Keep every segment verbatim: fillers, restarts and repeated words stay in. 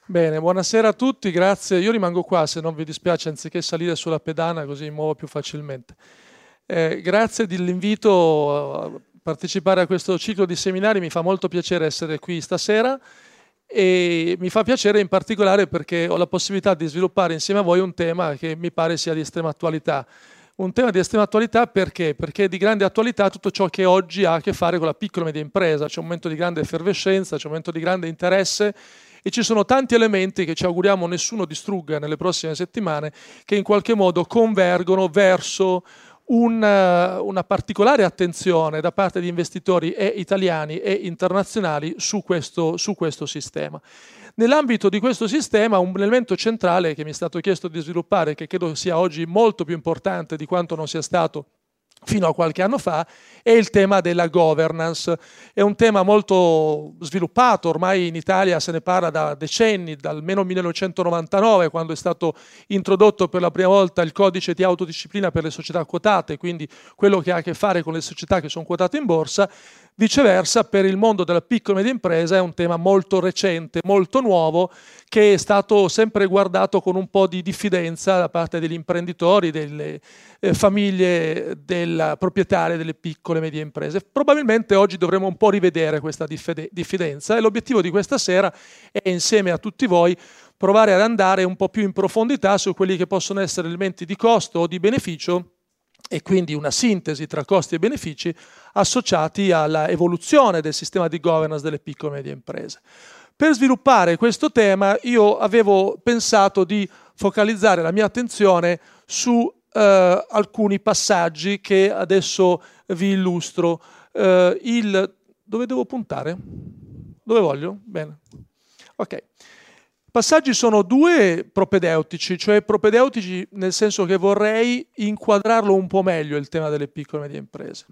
Bene, buonasera a tutti, grazie. Io rimango qua se non vi dispiace, anziché salire sulla pedana così mi muovo più facilmente. Eh, grazie dell'invito a partecipare a questo ciclo di seminari, mi fa molto piacere essere qui stasera e mi fa piacere in particolare perché ho la possibilità di sviluppare insieme a voi un tema che mi pare sia di estrema attualità. Un tema di estrema attualità perché? Perché è di grande attualità tutto ciò che oggi ha a che fare con la piccola e media impresa. C'è un momento di grande effervescenza, c'è un momento di grande interesse e ci sono tanti elementi che ci auguriamo nessuno distrugga nelle prossime settimane che in qualche modo convergono verso una, una particolare attenzione da parte di investitori e italiani e internazionali su questo, su questo sistema. Nell'ambito di questo sistema un elemento centrale che mi è stato chiesto di sviluppare, che credo sia oggi molto più importante di quanto non sia stato fino a qualche anno fa, è il tema della governance. È un tema molto sviluppato, ormai in Italia se ne parla da decenni, dal almeno millenovecentonovantanove, quando è stato introdotto per la prima volta il codice di autodisciplina per le società quotate, quindi quello che ha a che fare con le società che sono quotate in borsa. Viceversa, per il mondo della piccola e media impresa è un tema molto recente, molto nuovo, che è stato sempre guardato con un po' di diffidenza da parte degli imprenditori, delle eh, famiglie del proprietarie delle piccole e medie imprese. Probabilmente oggi dovremo un po' rivedere questa diffidenza e l'obiettivo di questa sera è, insieme a tutti voi, provare ad andare un po' più in profondità su quelli che possono essere elementi di costo o di beneficio e quindi una sintesi tra costi e benefici associati alla evoluzione del sistema di governance delle piccole e medie imprese. Per sviluppare questo tema io avevo pensato di focalizzare la mia attenzione su eh, alcuni passaggi che adesso vi illustro. Eh, il... Dove devo puntare? Dove voglio? Bene. Ok. I passaggi sono due propedeutici, cioè propedeutici nel senso che vorrei inquadrarlo un po' meglio il tema delle piccole e medie imprese.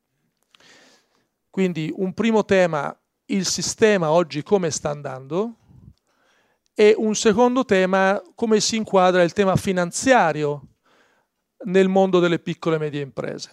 Quindi un primo tema, il sistema oggi come sta andando, e un secondo tema, come si inquadra il tema finanziario nel mondo delle piccole e medie imprese.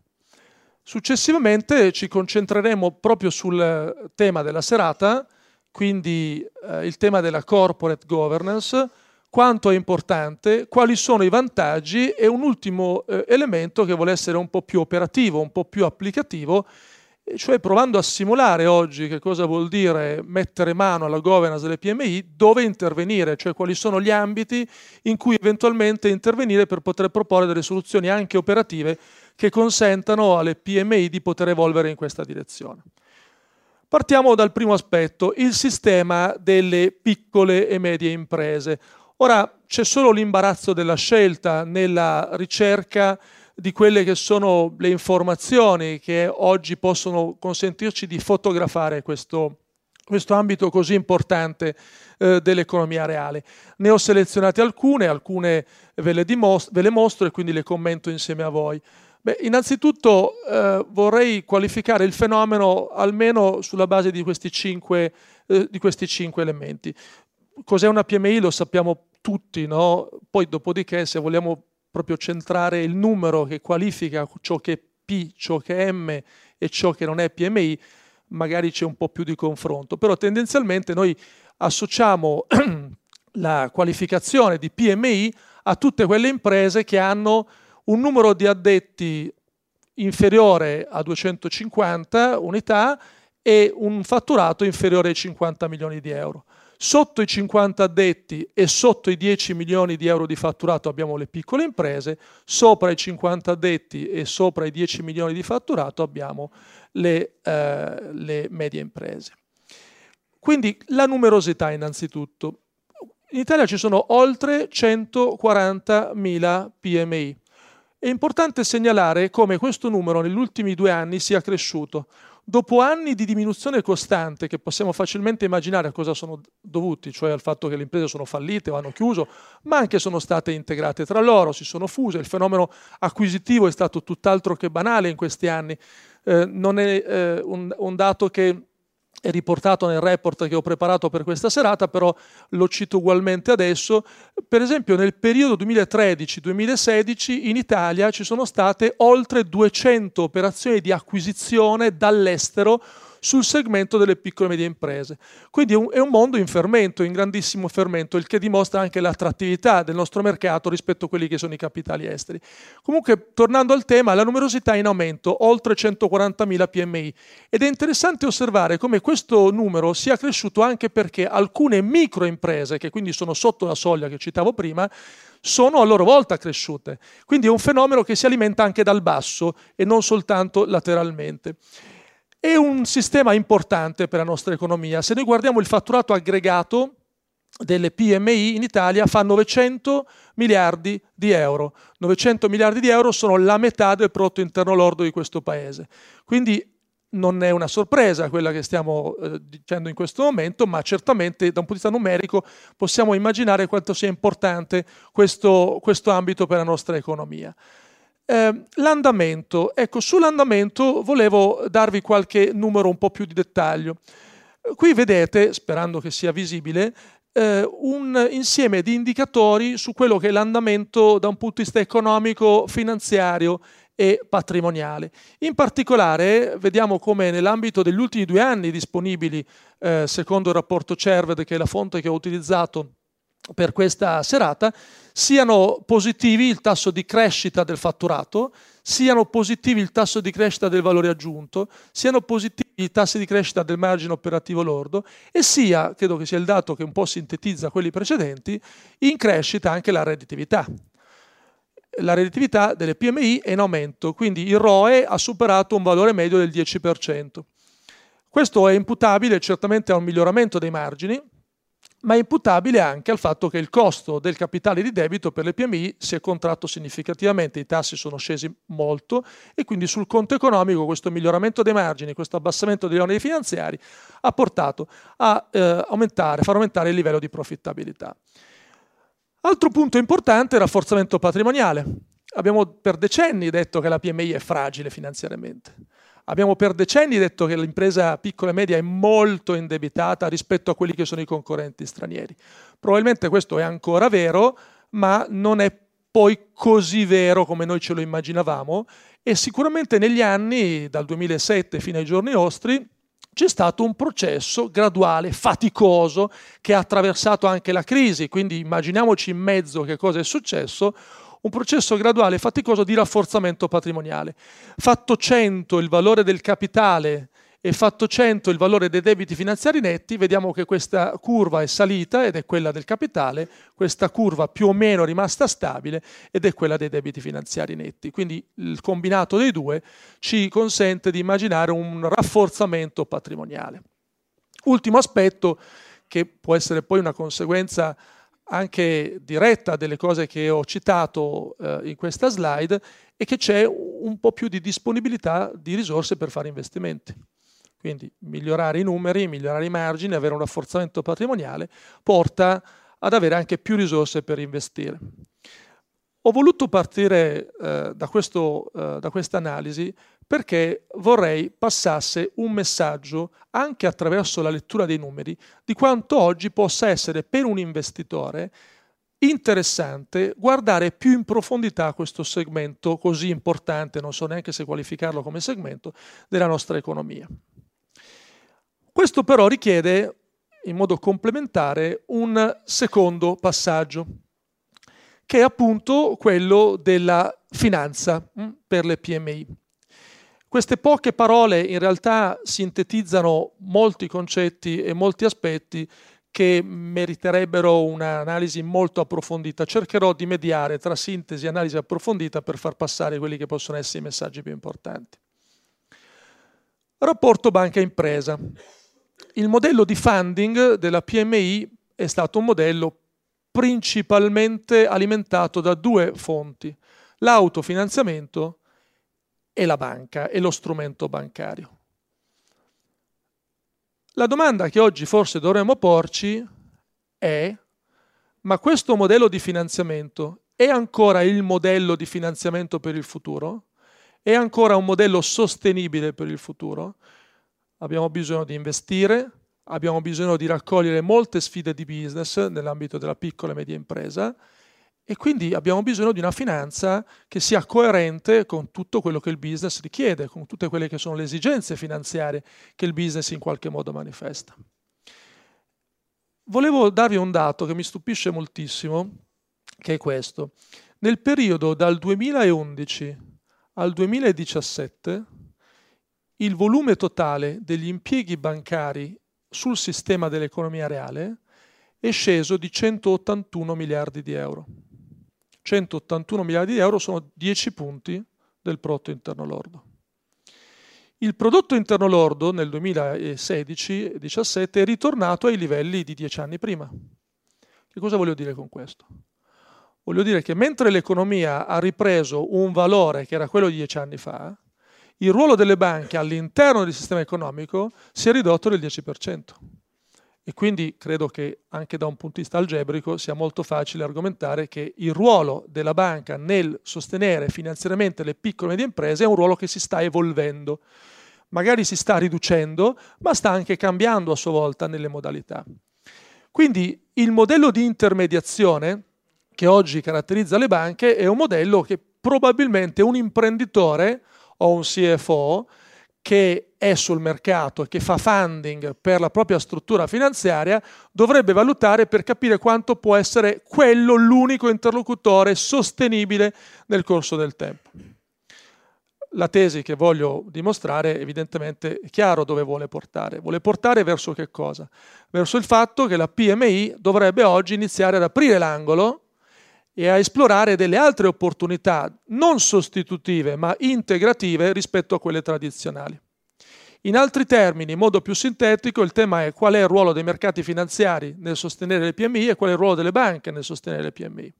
Successivamente ci concentreremo proprio sul tema della serata, quindi eh, il tema della corporate governance, quanto è importante, quali sono i vantaggi e un ultimo eh, elemento che vuole essere un po' più operativo, un po' più applicativo, cioè provando a simulare oggi che cosa vuol dire mettere mano alla governance delle P M I, dove intervenire, cioè quali sono gli ambiti in cui eventualmente intervenire per poter proporre delle soluzioni anche operative che consentano alle P M I di poter evolvere in questa direzione. Partiamo dal primo aspetto, il sistema delle piccole e medie imprese. Ora c'è solo l'imbarazzo della scelta nella ricerca di quelle che sono le informazioni che oggi possono consentirci di fotografare questo, questo ambito così importante eh, dell'economia reale. Ne ho selezionate alcune, alcune ve le, dimostro, ve le mostro e quindi le commento insieme a voi. Beh, innanzitutto eh, vorrei qualificare il fenomeno almeno sulla base di questi cinque, eh, di questi cinque elementi. Cos'è una P M I? Lo sappiamo tutti, no? Poi dopodiché se vogliamo proprio centrare il numero che qualifica ciò che è P, ciò che è M e ciò che non è P M I, magari c'è un po' più di confronto. Però tendenzialmente noi associamo la qualificazione di P M I a tutte quelle imprese che hanno un numero di addetti inferiore a duecentocinquanta unità e un fatturato inferiore ai cinquanta milioni di euro. Sotto i cinquanta addetti e sotto i dieci milioni di euro di fatturato abbiamo le piccole imprese, sopra i cinquanta addetti e sopra i dieci milioni di fatturato abbiamo le, eh, le medie imprese. Quindi la numerosità innanzitutto. In Italia ci sono oltre centoquarantamila P M I. È importante segnalare come questo numero negli ultimi due anni sia cresciuto. Dopo anni di diminuzione costante, che possiamo facilmente immaginare a cosa sono dovuti, cioè al fatto che le imprese sono fallite o hanno chiuso, ma anche sono state integrate tra loro, si sono fuse, il fenomeno acquisitivo è stato tutt'altro che banale in questi anni. Eh, non è eh, un, un dato che è riportato nel report che ho preparato per questa serata, però lo cito ugualmente adesso. Per esempio nel periodo duemilatredici duemilasedici in Italia ci sono state oltre duecento operazioni di acquisizione dall'estero sul segmento delle piccole e medie imprese. Quindi è un, è un mondo in fermento, in grandissimo fermento, il che dimostra anche l'attrattività del nostro mercato rispetto a quelli che sono i capitali esteri. Comunque, tornando al tema, la numerosità è in aumento, oltre centoquarantamila P M I, ed è interessante osservare come questo numero sia cresciuto anche perché alcune microimprese, che quindi sono sotto la soglia che citavo prima, sono a loro volta cresciute. Quindi è un fenomeno che si alimenta anche dal basso e non soltanto lateralmente. È un sistema importante per la nostra economia. Se noi guardiamo il fatturato aggregato delle P M I in Italia fa novecento miliardi di euro. novecento miliardi di euro sono la metà del prodotto interno lordo di questo paese. Quindi non è una sorpresa quella che stiamo eh, dicendo in questo momento, ma certamente da un punto di vista numerico possiamo immaginare quanto sia importante questo, questo ambito per la nostra economia. Eh, l'andamento, ecco, sull'andamento volevo darvi qualche numero un po' più di dettaglio. Qui vedete, sperando che sia visibile, eh, un insieme di indicatori su quello che è l'andamento da un punto di vista economico, finanziario e patrimoniale. In particolare vediamo come nell'ambito degli ultimi due anni disponibili, eh, secondo il rapporto CERVED, che è la fonte che ho utilizzato per questa serata, siano positivi il tasso di crescita del fatturato, siano positivi il tasso di crescita del valore aggiunto, siano positivi i tassi di crescita del margine operativo lordo e sia, credo che sia il dato che un po' sintetizza quelli precedenti, in crescita anche la redditività. La redditività delle P M I è in aumento, quindi il R O E ha superato un valore medio del dieci per cento. Questo è imputabile certamente a un miglioramento dei margini, ma è imputabile anche al fatto che il costo del capitale di debito per le P M I si è contratto significativamente, i tassi sono scesi molto e quindi sul conto economico questo miglioramento dei margini, questo abbassamento degli oneri finanziari ha portato a eh, aumentare, far aumentare il livello di profittabilità. Altro punto importante è il rafforzamento patrimoniale. Abbiamo per decenni detto che la P M I è fragile finanziariamente. Abbiamo per decenni detto che l'impresa piccola e media è molto indebitata rispetto a quelli che sono i concorrenti stranieri. Probabilmente questo è ancora vero, ma non è poi così vero come noi ce lo immaginavamo e sicuramente negli anni, dal duemilasette fino ai giorni nostri, c'è stato un processo graduale, faticoso, che ha attraversato anche la crisi, quindi immaginiamoci in mezzo che cosa è successo, un processo graduale e faticoso di rafforzamento patrimoniale. Fatto cento il valore del capitale e fatto cento il valore dei debiti finanziari netti, vediamo che questa curva è salita ed è quella del capitale, questa curva più o meno è rimasta stabile ed è quella dei debiti finanziari netti. Quindi il combinato dei due ci consente di immaginare un rafforzamento patrimoniale. Ultimo aspetto, che può essere poi una conseguenza anche diretta delle cose che ho citato eh, in questa slide, è che c'è un po' più di disponibilità di risorse per fare investimenti. Quindi migliorare i numeri, migliorare i margini, avere un rafforzamento patrimoniale porta ad avere anche più risorse per investire. Ho voluto partire eh, da, questo, eh, da questa analisi perché vorrei passasse un messaggio anche attraverso la lettura dei numeri di quanto oggi possa essere per un investitore interessante guardare più in profondità questo segmento così importante, non so neanche se qualificarlo come segmento, della nostra economia. Questo però richiede in modo complementare un secondo passaggio, che è appunto quello della finanza mh, per le P M I. Queste poche parole in realtà sintetizzano molti concetti e molti aspetti che meriterebbero un'analisi molto approfondita. Cercherò di mediare tra sintesi e analisi approfondita per far passare quelli che possono essere i messaggi più importanti. Rapporto banca-impresa. Il modello di funding della P M I è stato un modello principalmente alimentato da due fonti, l'autofinanziamento e la banca e lo strumento bancario. La domanda che oggi forse dovremmo porci è: ma questo modello di finanziamento è ancora il modello di finanziamento per il futuro? È ancora un modello sostenibile per il futuro? Abbiamo bisogno di investire, abbiamo bisogno di raccogliere molte sfide di business nell'ambito della piccola e media impresa E quindi abbiamo bisogno di una finanza che sia coerente con tutto quello che il business richiede, con tutte quelle che sono le esigenze finanziarie che il business in qualche modo manifesta. Volevo darvi un dato che mi stupisce moltissimo, che è questo. Nel periodo dal duemilaundici al duemiladiciassette il volume totale degli impieghi bancari sul sistema dell'economia reale è sceso di centottantuno miliardi di euro. centottantuno miliardi di euro sono dieci punti del prodotto interno lordo. Il prodotto interno lordo nel duemilasedici diciassette è ritornato ai livelli di dieci anni prima. Che cosa voglio dire con questo? Voglio dire che mentre l'economia ha ripreso un valore che era quello di dieci anni fa, il ruolo delle banche all'interno del sistema economico si è ridotto del dieci per cento. E quindi credo che anche da un punto di vista algebrico sia molto facile argomentare che il ruolo della banca nel sostenere finanziariamente le piccole e medie imprese è un ruolo che si sta evolvendo. Magari si sta riducendo, ma sta anche cambiando a sua volta nelle modalità. Quindi il modello di intermediazione che oggi caratterizza le banche è un modello che probabilmente un imprenditore o un C F O che è sul mercato e che fa funding per la propria struttura finanziaria dovrebbe valutare per capire quanto può essere quello l'unico interlocutore sostenibile nel corso del tempo. La tesi che voglio dimostrare evidentemente è chiaro dove vuole portare. Vuole portare verso che cosa? Verso il fatto che la P M I dovrebbe oggi iniziare ad aprire l'angolo e a esplorare delle altre opportunità non sostitutive ma integrative rispetto a quelle tradizionali. In altri termini, in modo più sintetico, il tema è qual è il ruolo dei mercati finanziari nel sostenere le P M I e qual è il ruolo delle banche nel sostenere le P M I.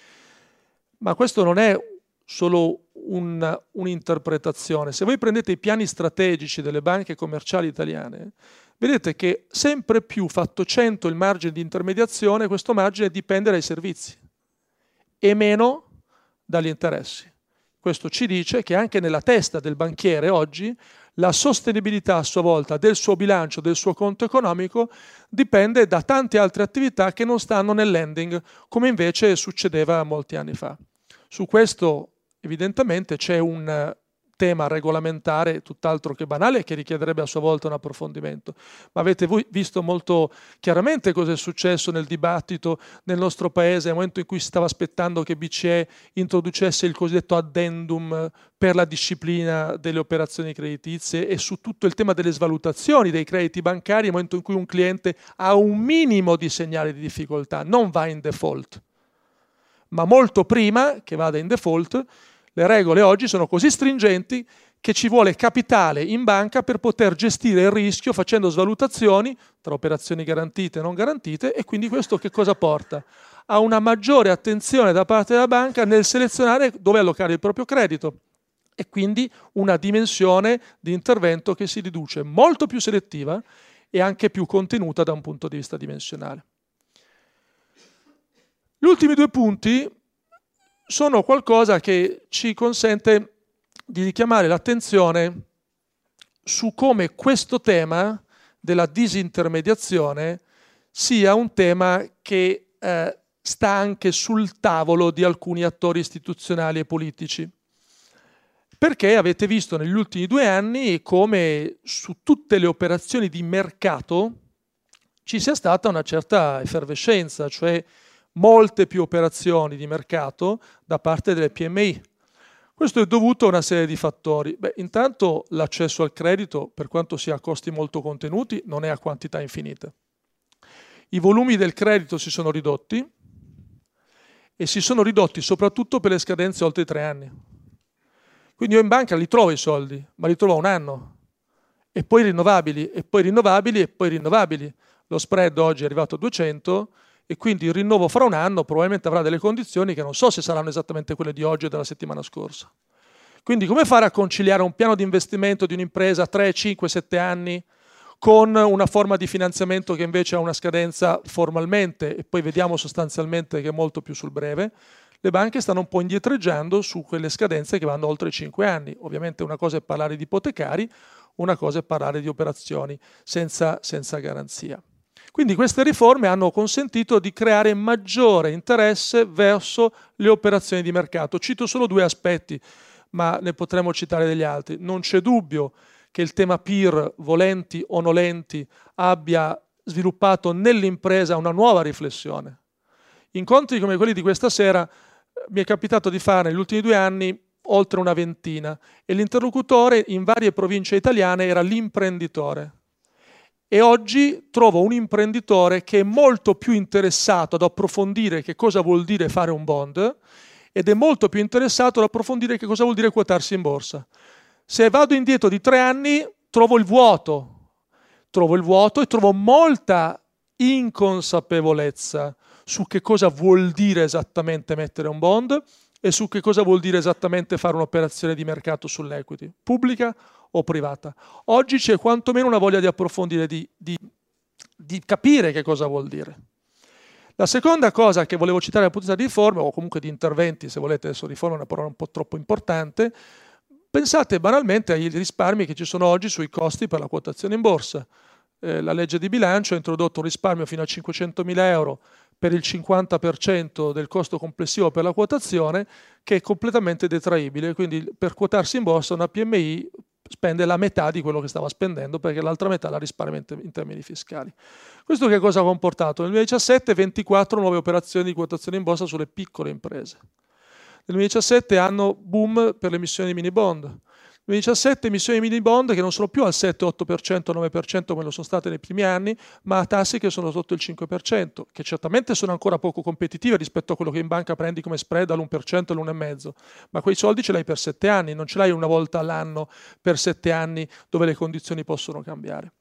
Ma questo non è solo un, un'interpretazione. Se voi prendete i piani strategici delle banche commerciali italiane, vedete che sempre più, fatto cento il margine di intermediazione, questo margine dipende dai servizi e meno dagli interessi. Questo ci dice che anche nella testa del banchiere oggi la sostenibilità a sua volta del suo bilancio, del suo conto economico, dipende da tante altre attività che non stanno nel lending, come invece succedeva molti anni fa. Su questo evidentemente c'è un tema regolamentare tutt'altro che banale che richiederebbe a sua volta un approfondimento. Ma avete voi visto molto chiaramente cosa è successo nel dibattito nel nostro paese nel momento in cui si stava aspettando che B C E introducesse il cosiddetto addendum per la disciplina delle operazioni creditizie e su tutto il tema delle svalutazioni dei crediti bancari nel momento in cui un cliente ha un minimo di segnale di difficoltà, non va in default. Ma molto prima che vada in default, le regole oggi sono così stringenti che ci vuole capitale in banca per poter gestire il rischio facendo svalutazioni tra operazioni garantite e non garantite, e quindi questo che cosa porta? A una maggiore attenzione da parte della banca nel selezionare dove allocare il proprio credito e quindi una dimensione di intervento che si riduce molto più selettiva e anche più contenuta da un punto di vista dimensionale. Gli ultimi due punti sono qualcosa che ci consente di richiamare l'attenzione su come questo tema della disintermediazione sia un tema che eh, sta anche sul tavolo di alcuni attori istituzionali e politici. Perché avete visto negli ultimi due anni come su tutte le operazioni di mercato ci sia stata una certa effervescenza, cioè molte più operazioni di mercato da parte delle P M I. Questo è dovuto a una serie di fattori. Beh, intanto l'accesso al credito, per quanto sia a costi molto contenuti, non è a quantità infinite. I volumi del credito si sono ridotti e si sono ridotti soprattutto per le scadenze oltre i tre anni. Quindi io in banca li trovo i soldi, ma li trovo a un anno. E poi rinnovabili, e poi rinnovabili, e poi rinnovabili. Lo spread oggi è arrivato a duecento e quindi il rinnovo fra un anno probabilmente avrà delle condizioni che non so se saranno esattamente quelle di oggi o della settimana scorsa. Quindi come fare a conciliare un piano di investimento di un'impresa a tre, cinque, sette anni con una forma di finanziamento che invece ha una scadenza formalmente e poi vediamo sostanzialmente che è molto più sul breve? Le banche stanno un po' indietreggiando su quelle scadenze che vanno oltre i cinque anni. Ovviamente una cosa è parlare di ipotecari, una cosa è parlare di operazioni senza, senza garanzia. Quindi queste riforme hanno consentito di creare maggiore interesse verso le operazioni di mercato. Cito solo due aspetti, ma ne potremmo citare degli altri. Non c'è dubbio che il tema P I R, volenti o nolenti, abbia sviluppato nell'impresa una nuova riflessione. Incontri come quelli di questa sera mi è capitato di fare negli ultimi due anni oltre una ventina e l'interlocutore in varie province italiane era l'imprenditore. E oggi trovo un imprenditore che è molto più interessato ad approfondire che cosa vuol dire fare un bond ed è molto più interessato ad approfondire che cosa vuol dire quotarsi in borsa. Se vado indietro di tre anni trovo il vuoto, trovo il vuoto e trovo molta inconsapevolezza su che cosa vuol dire esattamente mettere un bond e su che cosa vuol dire esattamente fare un'operazione di mercato sull'equity, pubblica o privata. Oggi c'è quantomeno una voglia di approfondire, di, di, di capire che cosa vuol dire. La seconda cosa che volevo citare dal punto di vista di riforme, o comunque di interventi, se volete, adesso riforma è una parola un po' troppo importante, pensate banalmente ai risparmi che ci sono oggi sui costi per la quotazione in borsa. Eh, la legge di bilancio ha introdotto un risparmio fino a cinquecentomila euro per il cinquanta per cento del costo complessivo per la quotazione, che è completamente detraibile, quindi per quotarsi in borsa una P M I spende la metà di quello che stava spendendo perché l'altra metà la risparmia in termini fiscali. Questo che cosa ha comportato? Nel duemiladiciassette ventiquattro nuove operazioni di quotazione in borsa sulle piccole imprese. Nel duemiladiciassette anno boom per le emissioni di mini bond. Nel duemiladiciassette emissioni di mini bond che non sono più al sette otto per cento, nove per cento come lo sono state nei primi anni, ma a tassi che sono sotto il cinque per cento, che certamente sono ancora poco competitive rispetto a quello che in banca prendi come spread all'uno per cento e l'uno virgola cinque per cento, ma quei soldi ce l'hai per sette anni, non ce l'hai una volta all'anno per sette anni dove le condizioni possono cambiare.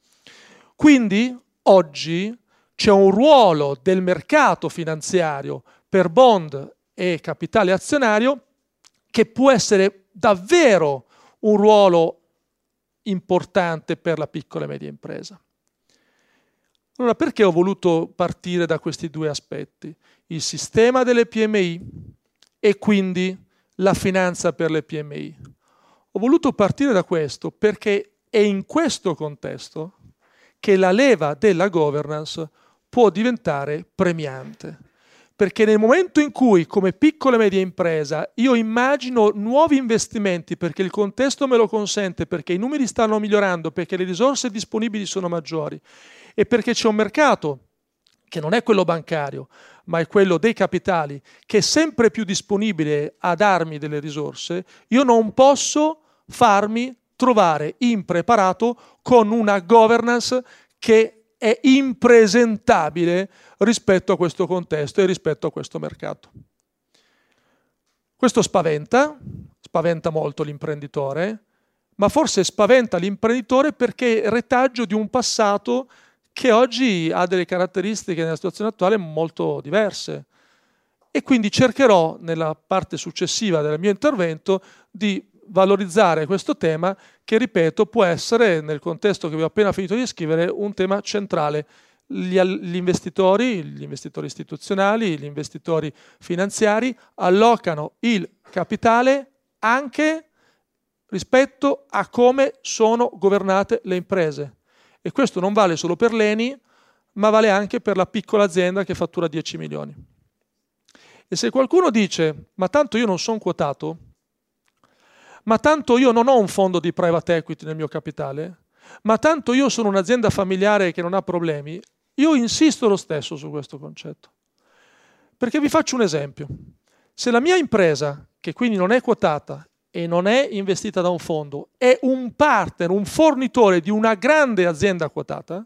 Quindi oggi c'è un ruolo del mercato finanziario per bond e capitale azionario che può essere davvero un ruolo importante per la piccola e media impresa. Allora, perché ho voluto partire da questi due aspetti? Il sistema delle P M I e quindi la finanza per le P M I. Ho voluto partire da questo perché è in questo contesto che la leva della governance può diventare premiante. Perché nel momento in cui, come piccola e media impresa, io immagino nuovi investimenti perché il contesto me lo consente, perché i numeri stanno migliorando, perché le risorse disponibili sono maggiori e perché c'è un mercato che non è quello bancario, ma è quello dei capitali, che è sempre più disponibile a darmi delle risorse, io non posso farmi trovare impreparato con una governance che è impresentabile rispetto a questo contesto e rispetto a questo mercato. Questo spaventa, spaventa molto l'imprenditore, ma forse spaventa l'imprenditore perché è retaggio di un passato che oggi ha delle caratteristiche nella situazione attuale molto diverse. E quindi cercherò nella parte successiva del mio intervento di valorizzare questo tema che, ripeto, può essere, nel contesto che vi ho appena finito di scrivere, un tema centrale. Gli, gli investitori, gli investitori istituzionali, gli investitori finanziari allocano il capitale anche rispetto a come sono governate le imprese. E questo non vale solo per l'E N I, ma vale anche per la piccola azienda che fattura dieci milioni. E se qualcuno dice, ma tanto io non sono quotato, ma tanto io non ho un fondo di private equity nel mio capitale, ma tanto io sono un'azienda familiare che non ha problemi, io insisto lo stesso su questo concetto. Perché vi faccio un esempio. Se la mia impresa, che quindi non è quotata e non è investita da un fondo, è un partner, un fornitore di una grande azienda quotata,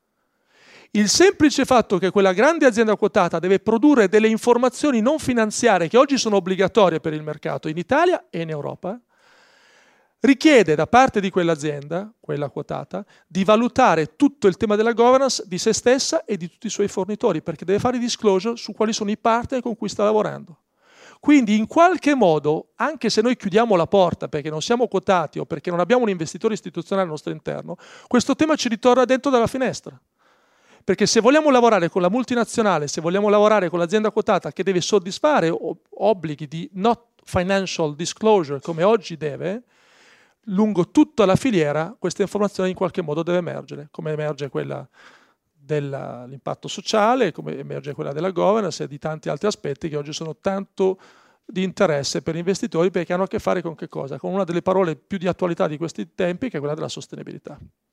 il semplice fatto che quella grande azienda quotata deve produrre delle informazioni non finanziarie che oggi sono obbligatorie per il mercato in Italia e in Europa, richiede da parte di quell'azienda, quella quotata, di valutare tutto il tema della governance di se stessa e di tutti i suoi fornitori, perché deve fare disclosure su quali sono i partner con cui sta lavorando. Quindi in qualche modo, anche se noi chiudiamo la porta perché non siamo quotati o perché non abbiamo un investitore istituzionale al nostro interno, questo tema ci ritorna dentro dalla finestra. Perché se vogliamo lavorare con la multinazionale, se vogliamo lavorare con l'azienda quotata che deve soddisfare obblighi di not financial disclosure come oggi deve, lungo tutta la filiera questa informazione in qualche modo deve emergere, come emerge quella dell'impatto sociale, come emerge quella della governance e di tanti altri aspetti che oggi sono tanto di interesse per gli investitori, perché hanno a che fare con che cosa? Con una delle parole più di attualità di questi tempi, che è quella della sostenibilità.